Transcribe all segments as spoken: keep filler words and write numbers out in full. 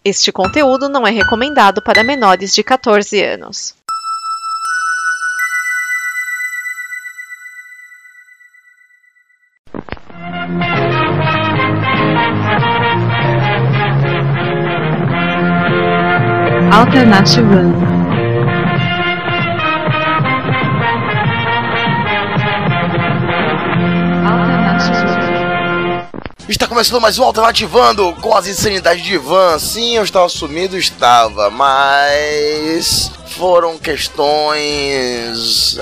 Este conteúdo não é recomendado para menores de quatorze anos. Alternativando. Está começando mais um Alternativando com as insanidades de Ivan. Sim, eu estava sumido, estava, mas foram questões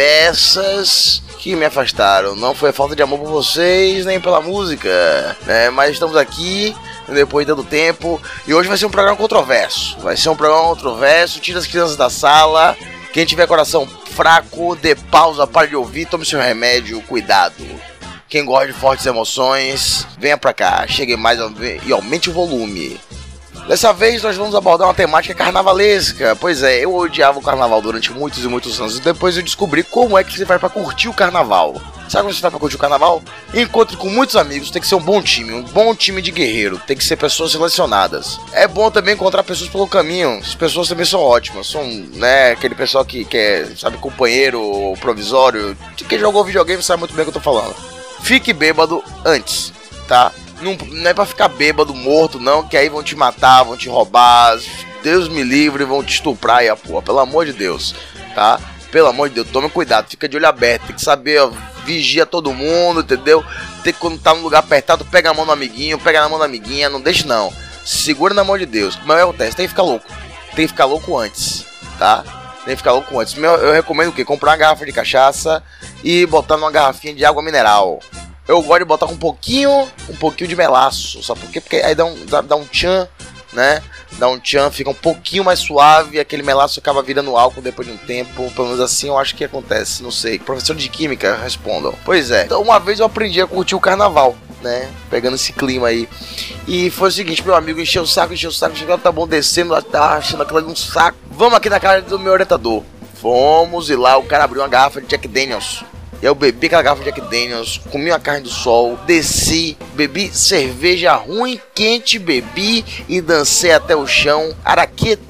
adversas que me afastaram. Não foi a falta de amor por vocês, nem pela música, né? Mas estamos aqui depois de tanto tempo e hoje vai ser um programa controverso. Vai ser um programa controverso, tira as crianças da sala. Quem tiver coração fraco, dê pausa, pare de ouvir, tome seu remédio, cuidado. Quem gosta de fortes emoções, venha pra cá, chegue mais e aumente o volume. Dessa vez nós vamos abordar uma temática carnavalesca. Pois é, eu odiava o carnaval durante muitos e muitos anos e depois eu descobri como é que você faz pra curtir o carnaval. Sabe como você faz pra curtir o carnaval? Encontre com muitos amigos, tem que ser um bom time, um bom time de guerreiro, tem que ser pessoas selecionadas. É bom também encontrar pessoas pelo caminho, as pessoas também são ótimas, são, né, aquele pessoal que quer, sabe, companheiro provisório, quem jogou videogame sabe muito bem o que eu tô falando. Fique bêbado antes, tá? Não, não é pra ficar bêbado, morto, não, que aí vão te matar, vão te roubar, Deus me livre, vão te estuprar e a porra, pelo amor de Deus, tá? Pelo amor de Deus, tome cuidado, fica de olho aberto, tem que saber, ó, vigia todo mundo, entendeu? Tem que, quando tá num lugar apertado, pega a mão do amiguinho, pega na mão da amiguinha, não deixe não, segura na mão de Deus. Mas acontece, tem que ficar louco, tem que ficar louco antes, tá? Tem que ficar louco antes. Eu recomendo o quê? Comprar uma garrafa de cachaça e botar numa garrafinha de água mineral. Eu gosto de botar com um pouquinho, um pouquinho de melaço, sabe por quê? Porque aí dá um, dá, dá um tchan, né? Dá um tchan, fica um pouquinho mais suave e aquele melaço acaba virando álcool depois de um tempo. Pelo menos assim eu acho que acontece, não sei. Professor de química, respondam. Pois é, então uma vez eu aprendi a curtir o carnaval, né? Pegando esse clima aí. E foi o seguinte, meu amigo encheu o saco, encheu o saco, chegou, tá bom, descendo, tá achando aquilo ali um saco. Vamos aqui na casa do meu orientador. Fomos e lá o cara abriu uma garrafa de Jack Daniels. E eu bebi aquela garrafa de Jack Daniels, comi uma carne do sol, desci, bebi cerveja ruim, quente, bebi e dancei até o chão, araqueto.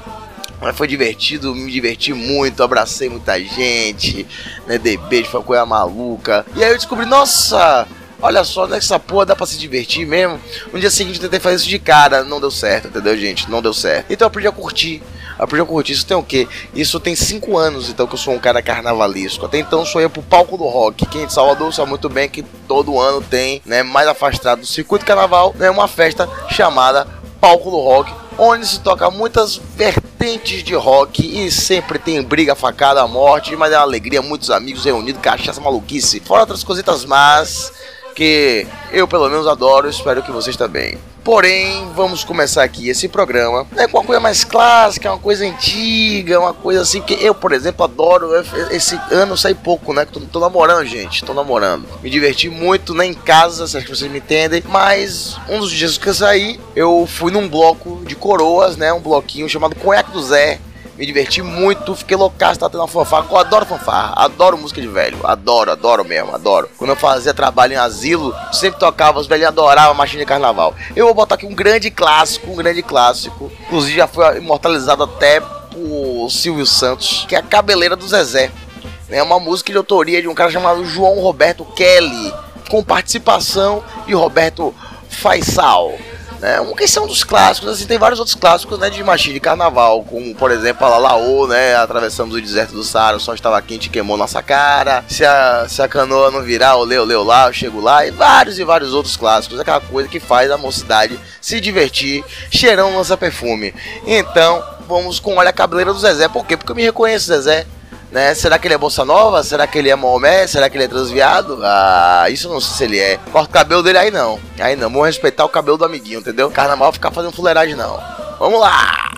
Mas foi divertido, me diverti muito, abracei muita gente, né, dei beijo, foi uma coisa maluca. E aí eu descobri, nossa, olha só, nessa porra dá pra se divertir mesmo. No dia seguinte eu tentei fazer isso de cara, não deu certo, entendeu, gente? Não deu certo. Então eu aprendi a curtir. Aprendi a curtir. Isso tem o quê? Isso tem cinco anos, então, que eu sou um cara carnavalesco. Até então sou eu pro palco do rock. Quem é de Salvador sabe muito bem que todo ano tem, né, mais afastado do circuito carnaval, né, uma festa chamada Palco do Rock, onde se toca muitas vertentes de rock e sempre tem briga, facada, morte, mas é uma alegria, muitos amigos reunidos, cachaça, maluquice, fora outras cositas más que eu pelo menos adoro, espero que vocês também. Porém, vamos começar aqui esse programa, né, com uma coisa mais clássica, uma coisa antiga, uma coisa assim que eu, por exemplo, adoro. Esse ano eu saí pouco, né, que tô, tô namorando, gente, tô namorando. Me diverti muito, né, em casa, se acho que vocês me entendem, mas um dos dias que eu saí, eu fui num bloco de coroas, né, um bloquinho chamado Conhaque do Zé. Me diverti muito, fiquei loucaço, tá tendo uma fanfarra. Eu adoro fanfarra, adoro música de velho, adoro, adoro mesmo, adoro. Quando eu fazia trabalho em asilo, sempre tocava, os velhinhos adoravam a marchinha de carnaval. Eu vou botar aqui um grande clássico, um grande clássico, inclusive já foi imortalizado até por Silvio Santos, que é a Cabeleira do Zezé. É uma música de autoria de um cara chamado João Roberto Kelly, com participação de Roberto Faisal. É, um que são dos clássicos, assim, tem vários outros clássicos, né, de marchinha de carnaval, como, por exemplo, a Lalaô, né, atravessamos o deserto do Saara, o sol estava quente e queimou nossa cara, se a, se a canoa não virar, olê, olê, lá, eu chego lá, e vários e vários outros clássicos, aquela coisa que faz a mocidade se divertir, cheirão lança perfume. Então, vamos com Olha a Cabeleira do Zezé. Por quê? Porque eu me reconheço, Zezé. Né? Será que ele é bossa nova? Será que ele é Maomé? Será que ele é transviado? Ah, isso eu não sei se ele é. Corta o cabelo dele aí não. Aí não, vamos respeitar o cabelo do amiguinho, entendeu? Carnaval ficar fazendo fuleiragem não. Vamos lá!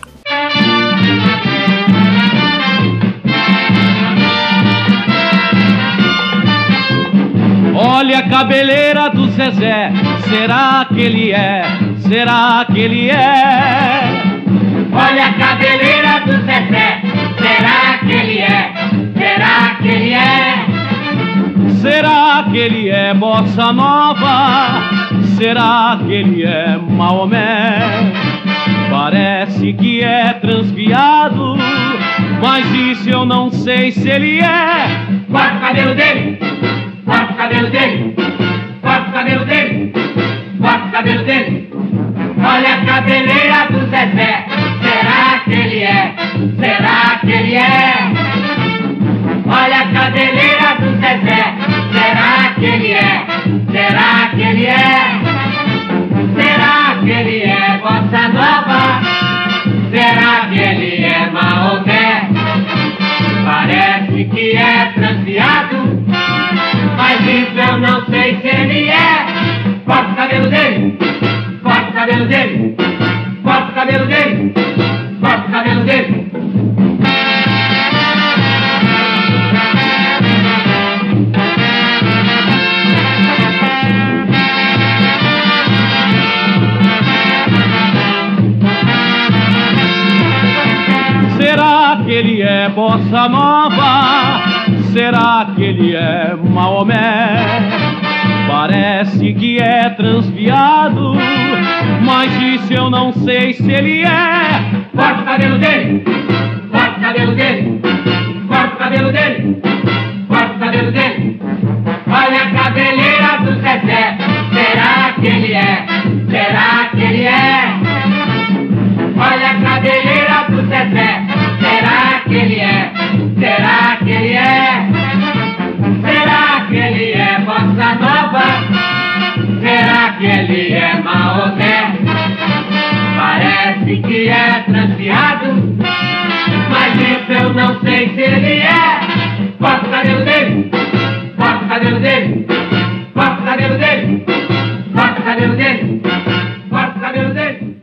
Olha a cabeleira do Zezé, será que ele é? Será que ele é? Olha a cabeleira do Zezé, será que ele é? Será que ele é? Será que ele é bossa nova? Será que ele é Maomé? Parece que é transviado, mas isso eu não sei se ele é. Corta o cabelo dele, corta o cabelo dele, corta o cabelo dele, corta o cabelo dele. Olha a cabeleira do Zezé, será que ele é? Será que ele é? Olha a cabeleira do Zezé, será que ele é? Será que ele é? Será que ele é bossa nova? Será que ele é Maomé? Parece que é transviado, mas isso eu não sei se ele é. Corta o cabelo dele, corta o cabelo dele, corta o cabelo dele, corta o cabelo dele. Será que ele é bossa nova? Será que ele é Maomé? Parece que é transviado, mas isso eu não sei se ele é. Corta o cabelo dele, corta o cabelo dele, corta o cabelo dele, corta o cabelo dele. Olha a cabeleira do Zezé, será que ele é? Será que ele é? Olha a cabeleira do Zezé, será que ele é? Será que ele é? Será que ele é bossa nova? Será que ele é Maomé? Parece que é transviado, mas isso eu não sei se ele é. Corta o cabelo dele, corta o cabelo dele, corta o cabelo dele, corta o cabelo dele, corta o cabelo dele.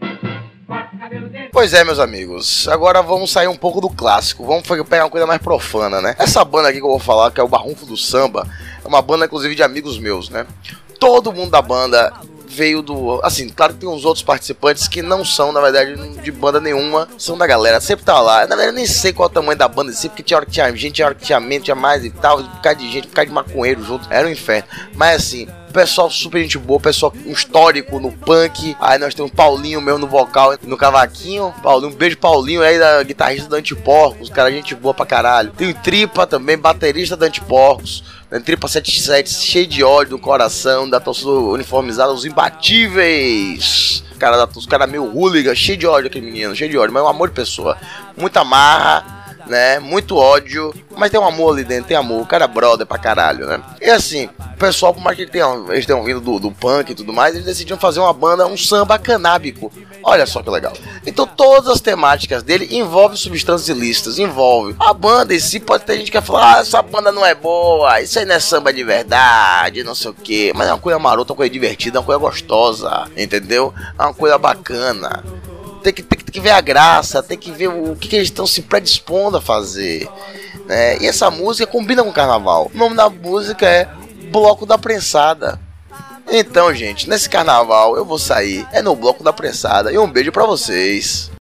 Pois é, meus amigos, agora vamos sair um pouco do clássico, vamos pegar uma coisa mais profana, né? Essa banda aqui que eu vou falar, que é o Barrunfo do Samba, é uma banda inclusive de amigos meus, né? Todo mundo da banda veio do... Assim, claro que tem uns outros participantes que não são, na verdade, de banda nenhuma, são da galera, sempre tá lá. Na verdade, eu nem sei qual é o tamanho da banda em si, porque tinha hora que tinha gente, tinha hora que tinha menos, tinha mais e tal, por causa de gente, por causa de maconheiro junto, era um inferno. Mas assim... pessoal super gente boa, pessoal um histórico no punk. Aí nós temos Paulinho mesmo no vocal, no cavaquinho. Paulinho, um beijo Paulinho aí, da guitarrista da Antiporcos, cara, gente boa pra caralho. Tem o Tripa também, baterista da Antiporcos. Tripa setenta e sete, cheio de ódio no coração, da torcida uniformizada, os imbatíveis. Cara, os caras meio hooligan, cheio de ódio aquele menino, cheio de ódio, mas é um amor de pessoa. Muita marra, né? Muito ódio, mas tem um amor ali dentro, tem amor, o cara é brother pra caralho, né? E assim, o pessoal, por mais que eles tenham, eles tenham vindo do, do punk e tudo mais, eles decidiram fazer uma banda, um samba canábico. Olha só que legal. Então todas as temáticas dele envolvem substâncias ilícitas, envolve. A banda em si, pode ter gente que vai falar, ah, essa banda não é boa, isso aí não é samba de verdade, não sei o que, mas é uma coisa marota, uma coisa divertida, uma coisa gostosa, entendeu? É uma coisa bacana. Tem que, tem, que, tem que ver a graça, tem que ver o que, que eles estão se predispondo a fazer, né? E essa música combina com o carnaval. O nome da música é Bloco da Prensada. Então, gente, nesse carnaval eu vou sair, é no Bloco da Prensada. E um beijo pra vocês.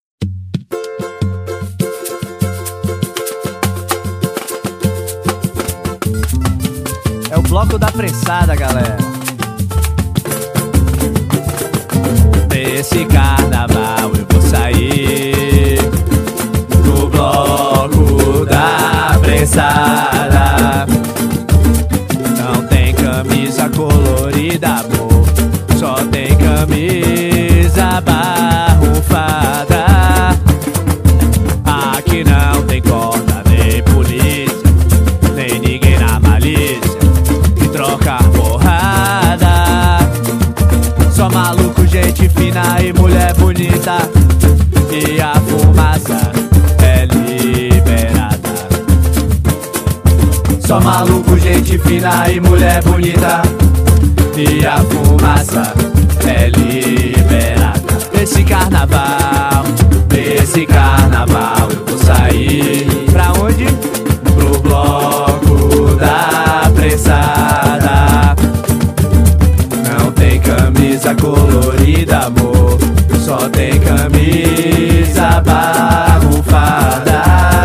É o Bloco da Prensada, galera. Nesse carnaval eu vou sair no Bloco da Prensada. Não tem camisa colorida, amor, só tem camisa barrufada. Aqui não tem corda, nem polícia, nem ninguém na malícia que troca porrada. Só maluco, gente fina e mulher bonita, e a fumaça é liberada. Só maluco, gente fina e mulher bonita, e a fumaça é liberada. Esse carnaval, esse carnaval eu vou sair. Pra onde? Pro Bloco da Prensada. Não tem camisa colorida, amor, só tem camisa barrufada.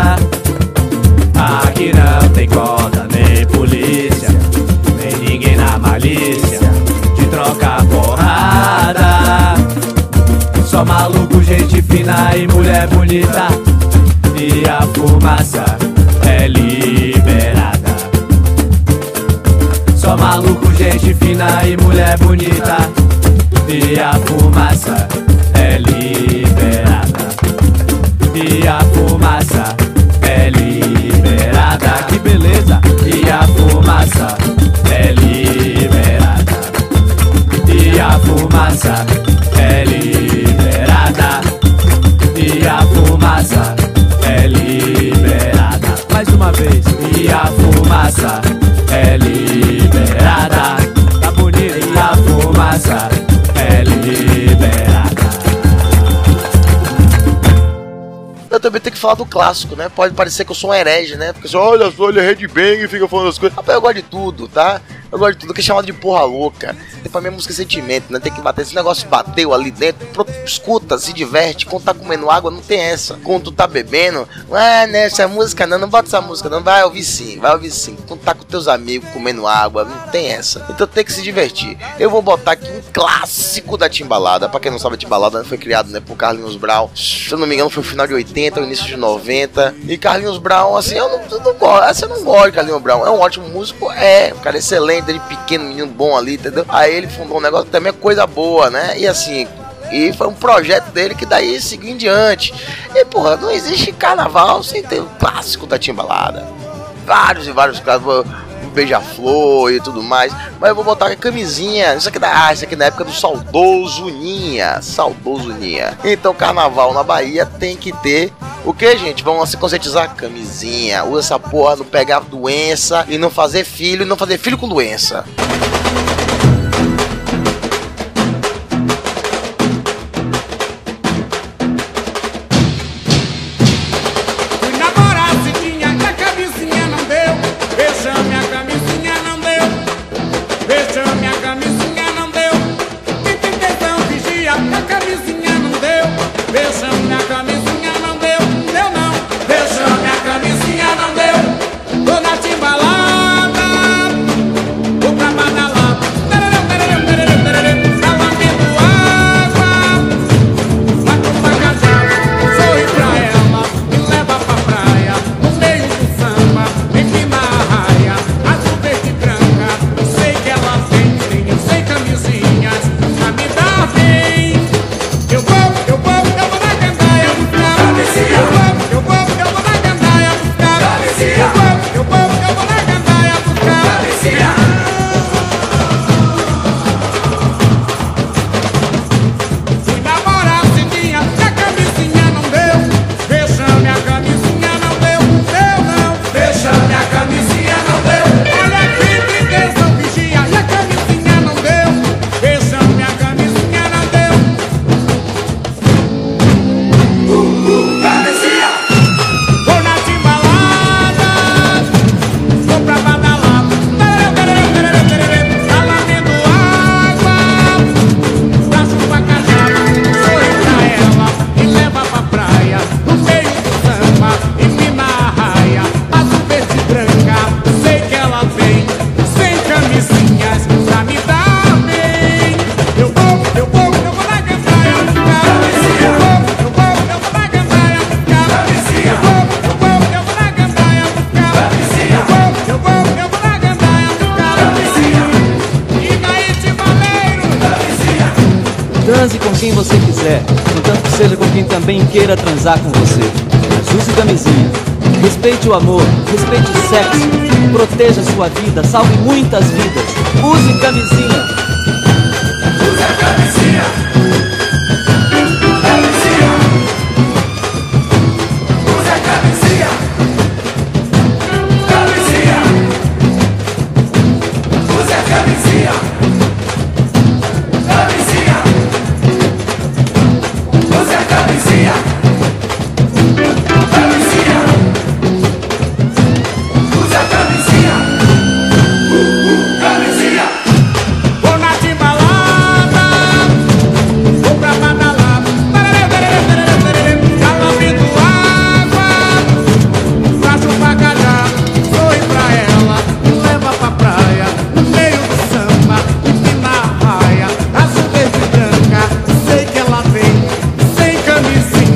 Aqui não tem corda, nem polícia, nem ninguém na malícia de trocar porrada. Só maluco, gente fina e mulher bonita, e a fumaça é liberada. Só maluco, gente fina e mulher bonita, e a fumaça é liberada. E a fumaça é liberada. Que beleza! E a fumaça é liberada. E a fumaça é liberada. E a fumaça é liberada. Mais uma vez. E a fumaça é liberada. Tá bonito? E a fumaça é liberada. Eu também tenho que falar do clássico, né? Pode parecer que eu sou um herege, né? Porque você olha só, ele é headbang e fica falando as coisas. Rapaz, eu gosto de tudo, tá? Eu gosto de tudo que é chamado de porra louca. E pra mim é música é sentimento, né? Tem que bater. Esse negócio bateu ali dentro, pro, escuta, se diverte. Quando tá comendo água, não tem essa. Quando tu tá bebendo, ah, né? Essa música não, não bota essa música, não. Vai ouvir sim, vai ouvir sim. Quando tá com teus amigos comendo água, não tem essa. Então tem que se divertir. Eu vou botar aqui um clássico da Timbalada. Pra quem não sabe, a Timbalada foi criado, né, por Carlinhos Brown. Se eu não me engano, foi o final de oitenta, o início de noventa. E Carlinhos Brown, assim, eu não, eu não gosto. Assim, eu não gosto de Carlinhos Brown. É um ótimo músico, é. Um cara excelente, ele pequeno, menino bom ali, entendeu? Aí ele fundou um negócio que também é coisa boa, né? E assim, e foi um projeto dele que daí seguiu em diante. E porra, não existe carnaval sem ter o clássico da Timbalada. Vários e vários clássicos, o Beija-Flor e tudo mais. Mas eu vou botar a camisinha. Isso aqui da, ah, isso aqui na época do saudoso Ninha. Saudoso Ninha. Então, carnaval na Bahia tem que ter o que, gente? Vamos se conscientizar? Camisinha. Usa essa porra, não pegar doença e não fazer filho, e não fazer filho com doença. Transe com quem você quiser, contanto que seja com quem também queira transar com você. Mas use camisinha. Respeite o amor, respeite o sexo, proteja sua vida, salve muitas vidas. Use camisinha. Use a camisinha. Camisinha. Use a camisinha. Camisinha. Use a camisinha. Camisinha. Use a camisinha. Camisinha. Use a camisinha. Camisinha. Vou na Timbalada, vou pra badalada, tá lambindo água, pra chupar cajado, sorri pra ela, me leva pra praia, no meio do samba, empina a raia, azul, verde e branca, sei que ela vem, sem camisinha.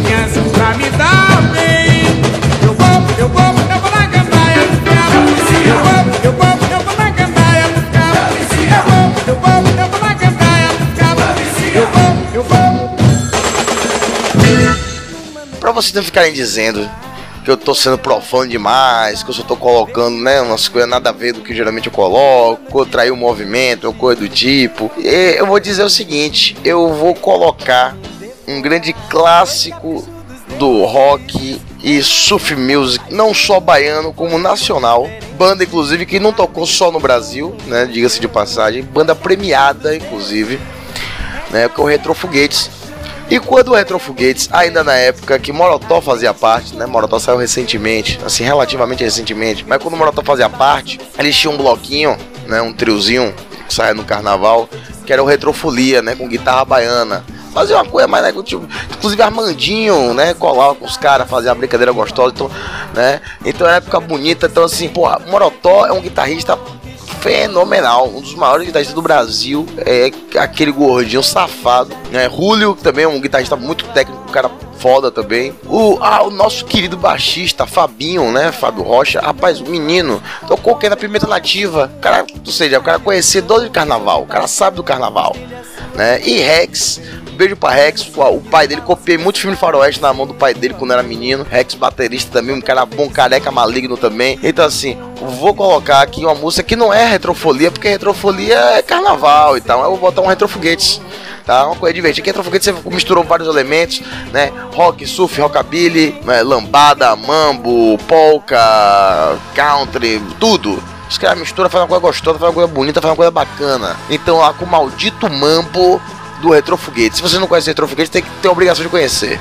pra vocês não ficarem dizendo que eu tô sendo profano demais, que eu só tô colocando, né, umas coisas nada a ver do que geralmente eu coloco, trair o movimento, ou coisa do tipo. E eu vou dizer o seguinte, eu vou colocar um grande clássico do rock e surf music, não só baiano, como nacional. Banda, inclusive, que não tocou só no Brasil, né, diga-se de passagem. Banda premiada, inclusive, né, que é o Retrofoguetes. E quando o Retrofoguetes, ainda na época que Molotov fazia parte, né, Molotov saiu recentemente, assim, relativamente recentemente, mas quando o Molotov fazia parte, eles tinham um bloquinho, né, um triozinho que saia no carnaval, que era o Retrofolia, né, com guitarra baiana. Fazia uma coisa mais, né, tipo, inclusive Armandinho, né, colava com os caras, fazia uma brincadeira gostosa, então, né, então é uma época bonita. Então assim, porra, Molotov é um guitarrista fenomenal, um dos maiores guitarristas do Brasil, é aquele gordinho safado, né? Julio também é um guitarrista muito técnico, um cara foda também. O, ah, o nosso querido baixista, Fabinho, né? Fábio Rocha, rapaz, o menino tocou aqui na Pimenta Nativa, o cara, ou seja, o cara conhecedor de carnaval, o cara sabe do carnaval, né? E Rex, beijo pra Rex, o pai dele, copiei muito filme de faroeste na mão do pai dele quando era menino. Rex, baterista também, um cara bom, careca, maligno também. Então assim, vou colocar aqui uma música que não é retrofolia, porque retrofolia é carnaval e tal. Eu vou botar um Retrofoguetes, tá? Uma coisa divertida. Aqui Retrofoguetes você misturou vários elementos, né? Rock, surf, rockabilly, né? Lambada, mambo, polka, country, tudo. Os caras misturam, fazem uma coisa gostosa, fazem uma coisa bonita, fazem uma coisa bacana. Então lá com o maldito mambo do Retrofoguetes. Se você não conhece Retrofoguetes, tem que ter a obrigação de conhecer.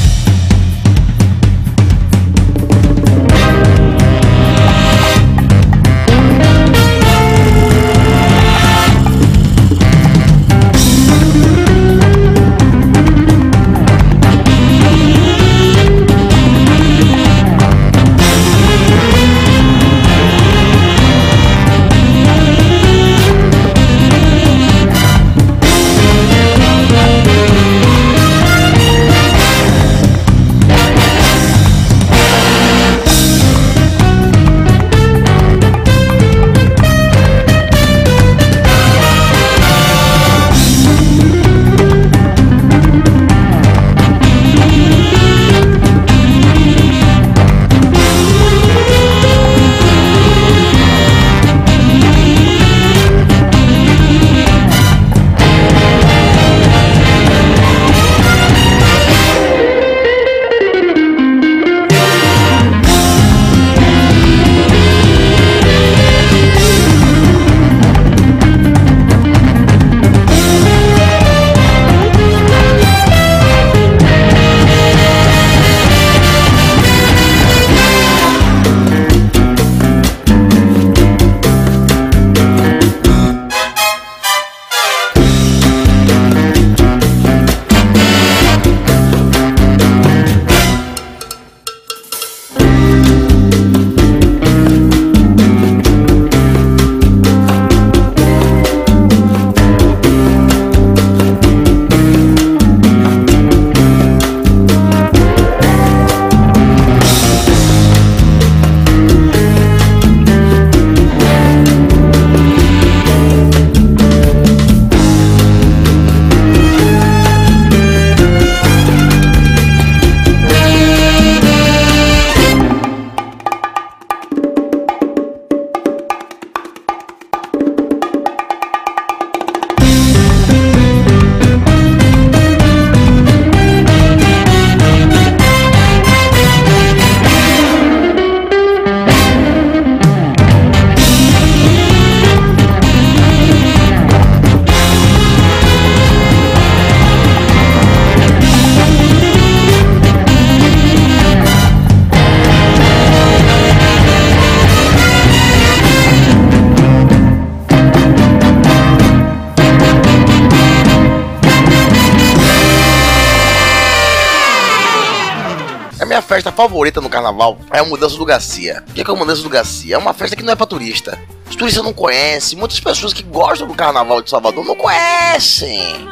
Minha festa favorita no carnaval é a Mudança do Garcia. O que é a Mudança do Garcia? É uma festa que não é pra turista. Os turistas não conhecem. Muitas pessoas que gostam do carnaval de Salvador não conhecem,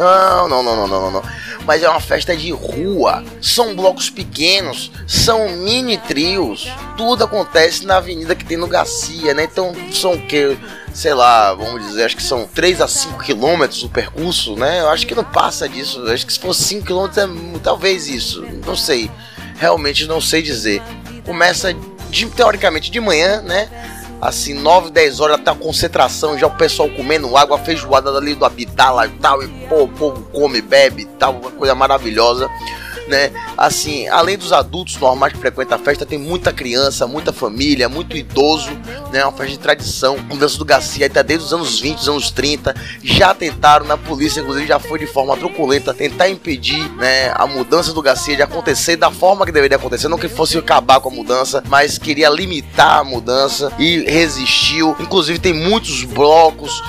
Não, não, não, não, não, não. Mas é uma festa de rua. São blocos pequenos, são mini trios. Tudo acontece na avenida que tem no Garcia, né? Então são o quê? Sei lá, vamos dizer, acho que são três a cinco quilômetros o percurso, né? Eu acho que não passa disso. Eu acho que se for cinco quilômetros é talvez isso. Não sei. Realmente não sei dizer. Começa de, teoricamente de manhã, né? Assim, nove, dez horas até a concentração, já o pessoal comendo água, feijoada ali do Abdala e tal, e pô, o povo come, bebe e tal, uma coisa maravilhosa, né? Assim, além dos adultos normais que frequentam a festa, tem muita criança, muita família, muito idoso, né? Uma festa de tradição. O Dança do Garcia tá desde os anos vinte, os anos trinta, já tentaram, na polícia inclusive já foi de forma truculenta tentar impedir, né, a mudança do Garcia de acontecer da forma que deveria acontecer, não que fosse acabar com a mudança, mas queria limitar a mudança e resistiu. Inclusive tem muitos blocos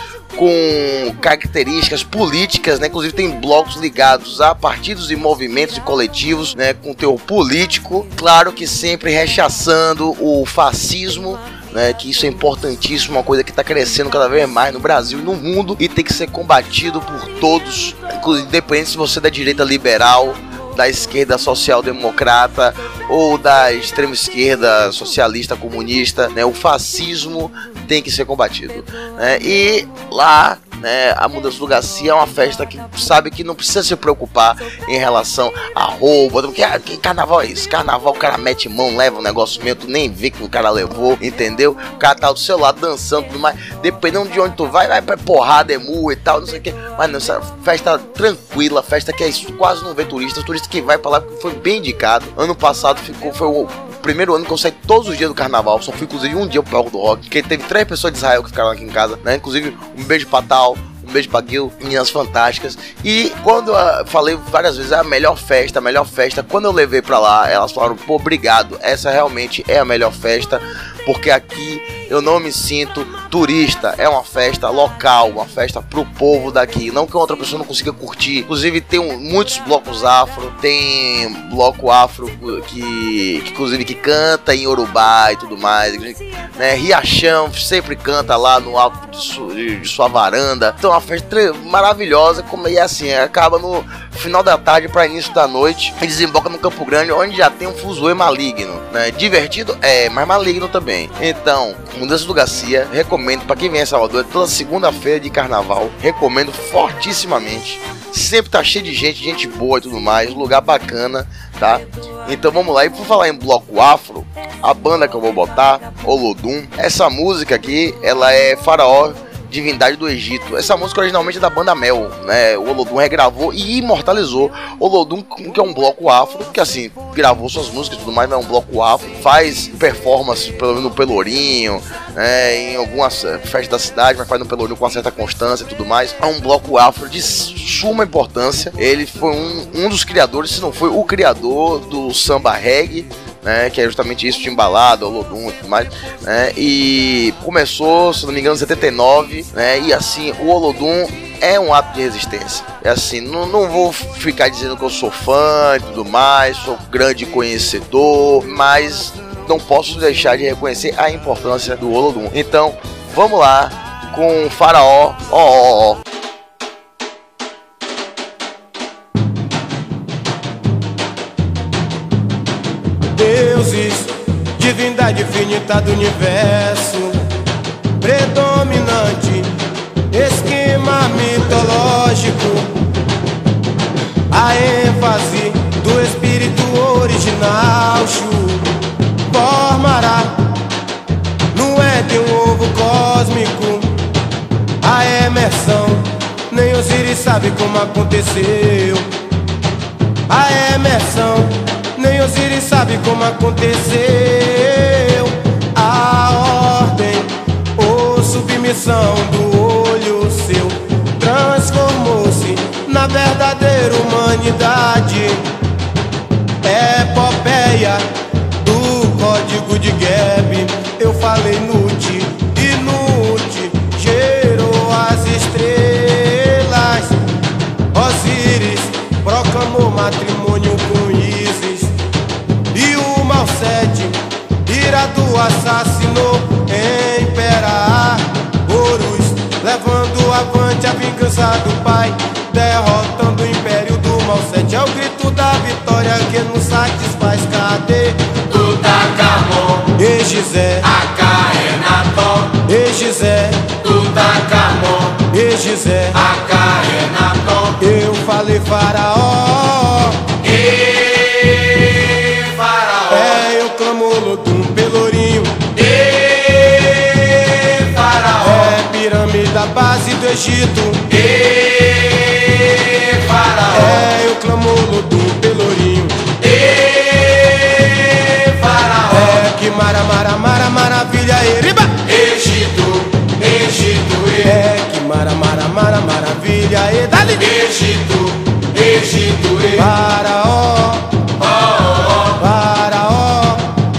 com características políticas, né? Inclusive tem blocos ligados a partidos e movimentos e coletivos, né? Com teor político, claro que sempre rechaçando o fascismo, né? Que isso é importantíssimo, uma coisa que está crescendo cada vez mais no Brasil e no mundo e tem que ser combatido por todos, independente se você é da direita liberal, da esquerda social-democrata ou da extrema esquerda socialista comunista, né? O fascismo tem que ser combatido, né? E lá, né, a mudança do Garcia é uma festa que sabe que não precisa se preocupar em relação a roubo, porque ah, que carnaval é isso? Carnaval o cara mete mão, leva um negócio mesmo, tu nem vê que o cara levou, entendeu? O cara tá do seu lado dançando, tudo mais, dependendo de onde tu vai, vai pra porrada, é mu e tal, não sei o que, mas não, essa festa tranquila, festa que é isso, quase não vê turistas, turista que vai pra lá foi bem indicado. Ano passado ficou, foi o primeiro ano que eu saí todos os dias do carnaval, só fui inclusive um dia pro palco do rock, porque teve três pessoas de Israel que ficaram aqui em casa, né? Inclusive um beijo pra Tal, um beijo pra Gil, meninas fantásticas. E quando eu falei várias vezes, é a melhor festa, a melhor festa, quando eu levei pra lá, elas falaram, pô, obrigado, essa realmente é a melhor festa, porque aqui eu não me sinto turista, é uma festa local, uma festa pro povo daqui, não que outra pessoa não consiga curtir. Inclusive tem um, muitos blocos afro, tem bloco afro que, que inclusive que canta em Urubá e tudo mais, né? Riachão sempre canta lá no alto de, su, de, de sua varanda. Então é uma festa maravilhosa, como é assim, acaba no final da tarde para início da noite e desemboca no Campo Grande, onde já tem um fuzuê maligno, né? Divertido é, mas maligno também. Então, Mudança do Garcia, recomendo para quem vem a Salvador, toda segunda-feira de carnaval, recomendo fortissimamente. Sempre tá cheio de gente, gente boa e tudo mais, lugar bacana, tá? Então vamos lá, e por falar em bloco afro, a banda que eu vou botar, Olodum, essa música aqui, ela é Faraó, Divindade do Egito. Essa música originalmente é da banda Mel, né? O Olodum regravou e imortalizou. Olodum, que é um bloco afro, que assim, gravou suas músicas e tudo mais, mas é um bloco afro, faz performance pelo menos no Pelourinho, né? Em algumas festas da cidade, mas faz no Pelourinho com uma certa constância e tudo mais. É um bloco afro de suma importância. Ele foi um, um dos criadores, se não foi o criador do samba reggae, né, que é justamente isso, Timbalada, Olodum e tudo mais, né, e começou, se não me engano, em setenta e nove, né, e assim, o Olodum é um ato de resistência, é assim, não, não vou ficar dizendo que eu sou fã e tudo mais, sou grande conhecedor, mas não posso deixar de reconhecer a importância do Olodum. Então, vamos lá com Faraó, ó, ó, ó. Deuses, divindade infinita do universo, predominante, esquema mitológico, a ênfase do espírito original, Shu, formará no Éden um ovo cósmico, a emersão, nem Osíris sabe como aconteceu, a emersão, nem Osíris sabe como aconteceu. A ordem ou submissão do olho seu transformou-se na verdadeira humanidade. Epopeia do código de Geb. Eu falei Nut e Nut gerou as estrelas. Osíris proclamou matrimônio com Ísis. E o Malsete, irado, assassinou Impera Horus, levando avante a vingança do pai. Derrota satisfaz. Cadê? Tutankhamon, Egizé, Akhenaton, Egizé, Tutankhamon, Egizé, Akhenaton, eu falei faraó. e faraó, É, eu clamo Lodum, Pelourinho. e faraó, É, pirâmide da base do Egito. e faraó, É, eu clamo Lodum, Pelourinho. e faraó, É, que mara, mara, mara, maravilha, eriba. Egito, Egito, e É, que mara, mara, mara, maravilha, e dali. Egito, Egito, e Faraó, faraó,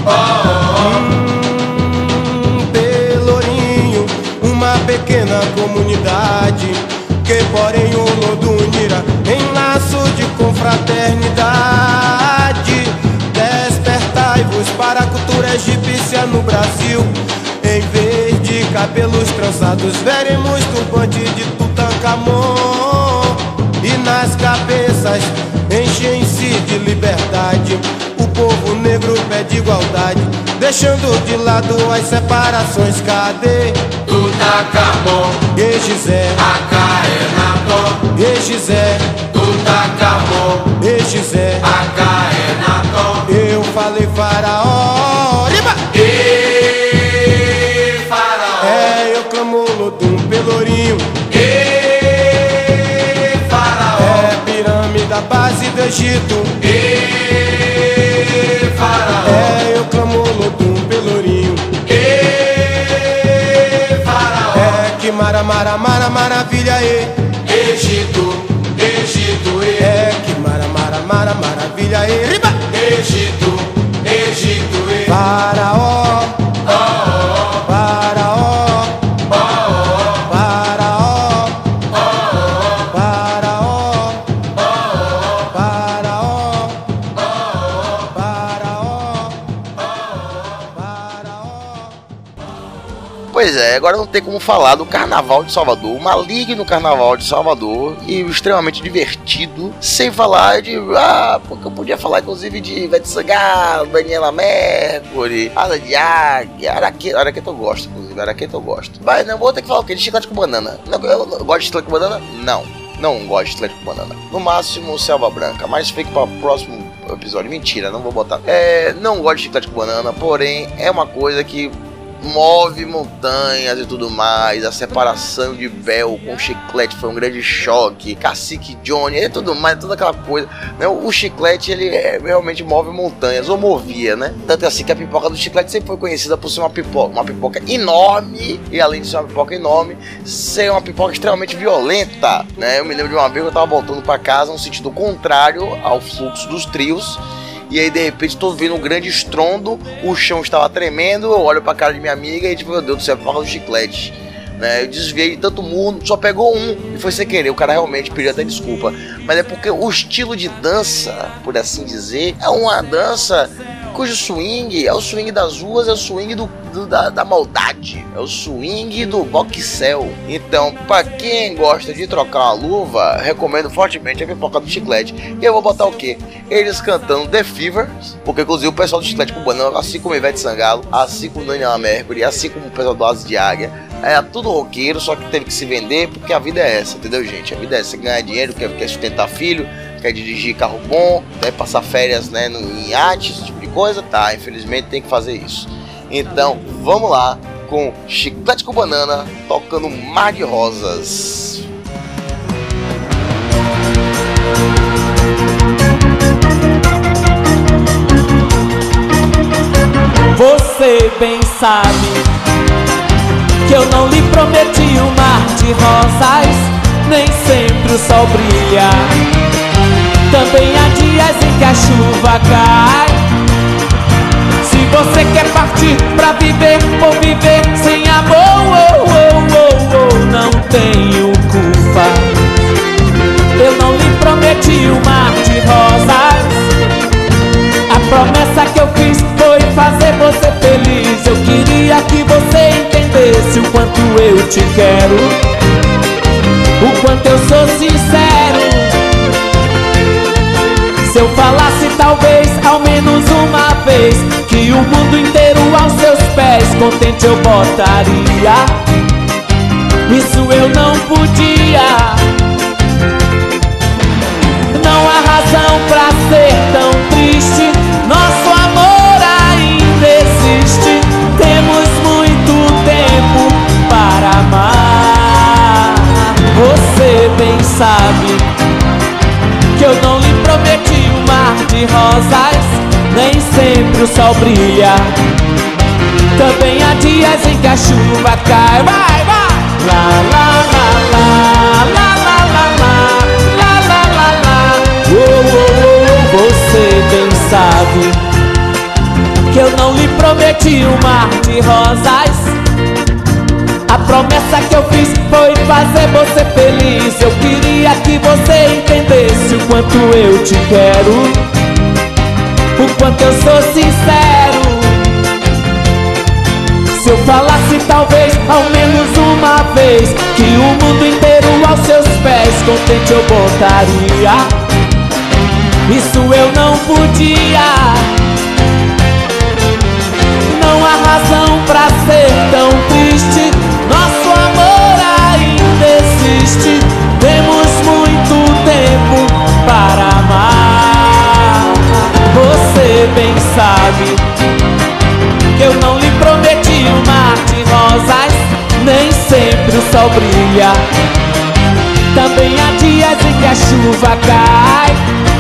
hum, Pelourinho, uma pequena comunidade que porém o Lodum unirá em laço de confraternidade. Despertai-vos para a cultura egípcia no Brasil. Em vez de cabelos trançados, veremos turbante de Tutankhamon. E nas cabeças enchem-se de liberdade. O povo negro pede igualdade, deixando de lado as separações. Cadê? Tutankhamon, Egizé, Akhenaton, Egizé, Tutankhamon, Egizé, Akhenaton, eu falei faraó. Liba! e faraó, É, eu clamo Lodum, Pelourinho. e faraó, É, pirâmide da base do Egito. e faraó, É, eu clamo Lodum, Pelourinho. e faraó, É, que mara, mara, mara, maravilha, e Egito, Egito, e é, que mara, mara, mara, maravilha, e riba! Egito, Egito, e Faraó, faraó, faraó, faraó, faraó, faraó, faraó. Pois é, agora não tem como falar do Carnaval de Salvador, o maligno Carnaval de Salvador e o extremamente divertido, sem falar de... Ah, porque eu podia falar inclusive de Ivete Sangalo, Daniela Mercury, Asa de Águia, Araqueto, Araqueto eu gosto, inclusive, Araqueto eu gosto. Mas não vou ter que falar o quê? De chiclete com banana. Não, eu, eu gosto de chiclete com banana? Não, não gosto de chiclete com banana. No máximo, selva branca, mas fica para o próximo episódio. Mentira, não vou botar. É, não gosto de chiclete com banana, porém é uma coisa que move montanhas e tudo mais. A separação de Bel com Chiclete foi um grande choque. Cacique Johnny e tudo mais, toda aquela coisa, né? O Chiclete, ele é, realmente move montanhas, ou movia, né? Tanto assim que a pipoca do Chiclete sempre foi conhecida por ser uma pipoca, uma pipoca enorme, e além de ser uma pipoca enorme, ser uma pipoca extremamente violenta, né? Eu me lembro de uma vez que eu tava voltando pra casa no sentido contrário ao fluxo dos trios. E aí, de repente, tô vendo um grande estrondo, o chão estava tremendo, eu olho pra cara de minha amiga e tipo, meu Deus do céu, pipoca do Chiclete. Né? Eu desviei de tanto mundo, só pegou um e foi sem querer. O cara realmente pediu até desculpa. Mas é porque o estilo de dança, por assim dizer, é uma dança cujo swing é o swing das ruas, é o swing do, do, da, da maldade, é o swing do boxel. Então, pra quem gosta de trocar uma luva, recomendo fortemente a pipoca do Chiclete. E eu vou botar o quê? Eles cantando The Fevers, porque inclusive o pessoal do Chiclete com Banana, assim como Ivete Sangalo, assim como Daniela Mercury, assim como o pessoal do Asa de Águia, é tudo roqueiro, só que teve que se vender, porque a vida é essa, entendeu, gente? A vida é essa, ganhar dinheiro, quer, quer sustentar filho, quer dirigir carro bom, quer passar férias, né, no, em iates, esse tipo de coisa, tá, infelizmente tem que fazer isso. Então, vamos lá com Chiclete com Banana, tocando Mar de Rosas. Você bem sabe que eu não lhe prometi um mar de rosas, nem sempre o sol brilha. Também há dias em que a chuva cai. Se você quer partir pra viver ou viver sem amor, oh, oh, oh, oh, não tenho culpa. Eu não lhe prometi um mar de rosas. A promessa que eu fiz foi fazer você feliz. Eu queria que você entendesse o quanto eu te quero, o quanto eu sou sincero. Se eu falasse talvez contente eu botaria. Isso eu não podia. Não há razão pra ser tão triste. Nosso amor ainda existe. Temos muito tempo para amar. Você bem sabe que eu não lhe prometi um mar de rosas. Nem sempre o sol brilha. Também há dias em que a chuva cai. Vai, vai! Lá, lá, lá, lá, lá, lá, lá, lá, lá, lá, lá, lá. Oh, oh, oh, você bem sabe que eu não lhe prometi um mar de rosas. A promessa que eu fiz foi fazer você feliz. Eu queria que você entendesse o quanto eu te quero, o quanto eu sou sincero. Se eu falasse talvez ao menos uma vez que o mundo inteiro aos seus pés contente eu botaria. Isso eu não podia. Não há razão pra ser tão triste. Nosso amor ainda existe. Temos muito tempo para amar. Você bem sabe que eu não lhe prometi um mar de rosas. Nem sempre o sol brilha. Também há dias em que a chuva cai.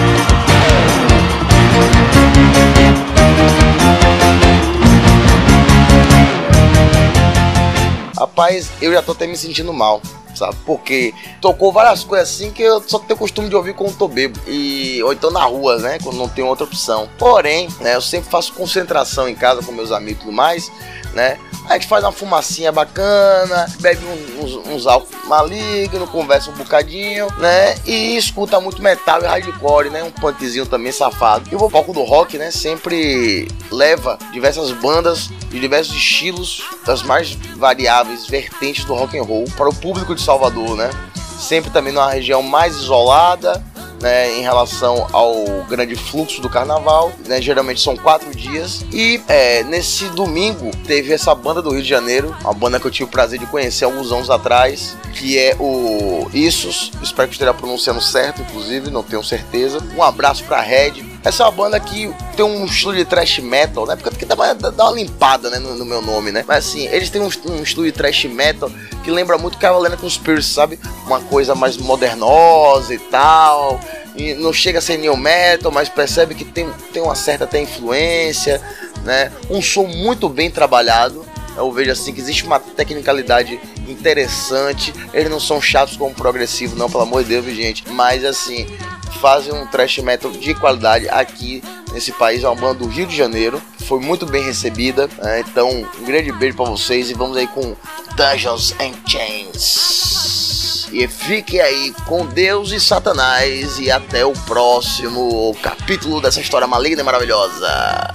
Rapaz, eu já tô até me sentindo mal, sabe? Porque tocou várias coisas assim que eu só tenho costume de ouvir quando tô bebo. E, ou então na rua, né? Quando não tem outra opção. Porém, né? Eu sempre faço concentração em casa com meus amigos e tudo mais, né? A gente faz uma fumacinha bacana, bebe uns, uns, uns álcool maligno, conversa um bocadinho, né? E escuta muito metal e hardcore, né? Um punkzinho também safado. E o palco do rock, né? Sempre leva diversas bandas de diversos estilos, das mais variáveis vertentes do rock and roll para o público de Salvador, né? Sempre também numa região mais isolada, né, em relação ao grande fluxo do carnaval, né, geralmente são quatro dias. E é, nesse domingo teve essa banda do Rio de Janeiro, uma banda que eu tive o prazer de conhecer alguns anos atrás, que é o Issus, espero que esteja pronunciando certo, inclusive, não tenho certeza. Um abraço pra Red. Essa é uma banda que tem um estilo de thrash metal, né? Porque dá uma, dá uma limpada, né, no, no meu nome, né? Mas assim, eles têm um, um estilo de thrash metal que lembra muito Carolina Conspiracy, sabe? Uma coisa mais modernosa e tal. E não chega a ser new metal, mas percebe que tem, tem uma certa até influência, né? Um som muito bem trabalhado. Eu vejo assim que existe uma tecnicalidade interessante. Eles não são chatos como progressivo, não, pelo amor de Deus, gente. Mas assim, fazem um thrash metal de qualidade aqui nesse país. É uma banda do Rio de Janeiro, foi muito bem recebida, né? Então um grande beijo pra vocês e vamos aí com Dungeons and Chains. E fique aí com Deus e Satanás e até o próximo capítulo dessa história maligna e maravilhosa.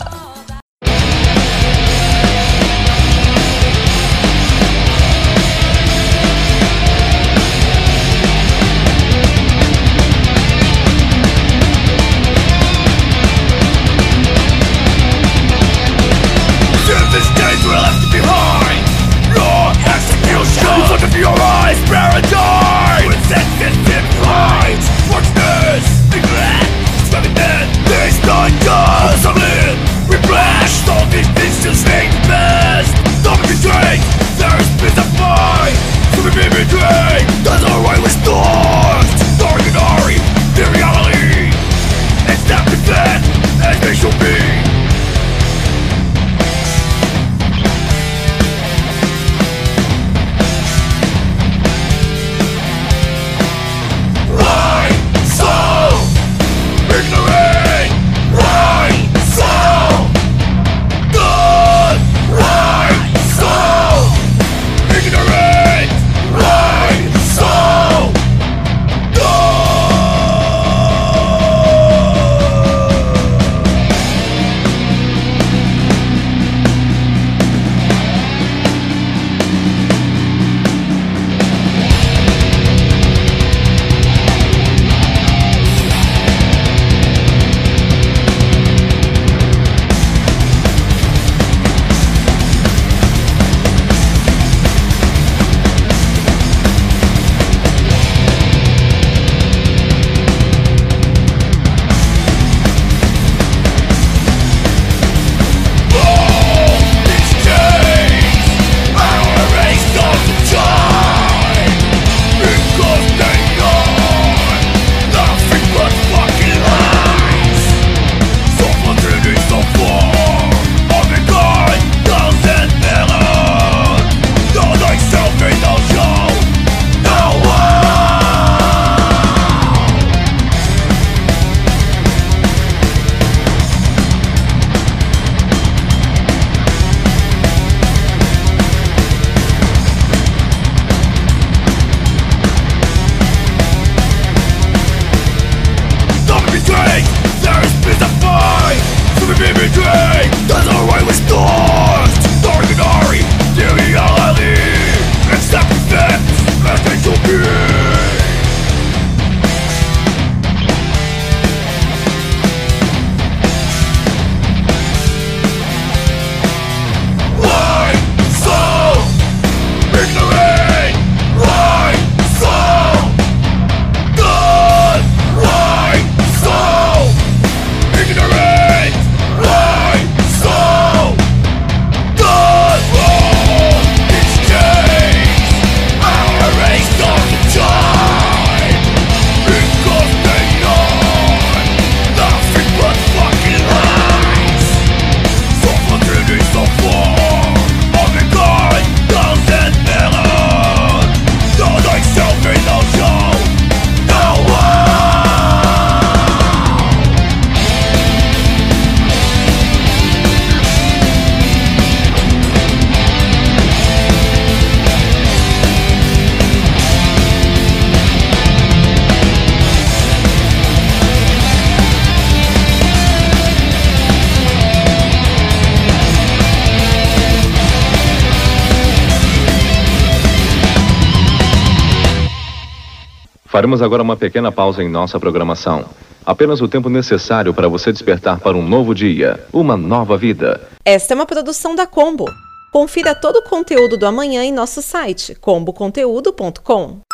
Faremos agora uma pequena pausa em nossa programação. Apenas o tempo necessário para você despertar para um novo dia, uma nova vida. Esta é uma produção da Combo. Confira todo o conteúdo do amanhã em nosso site combo conteúdo ponto com.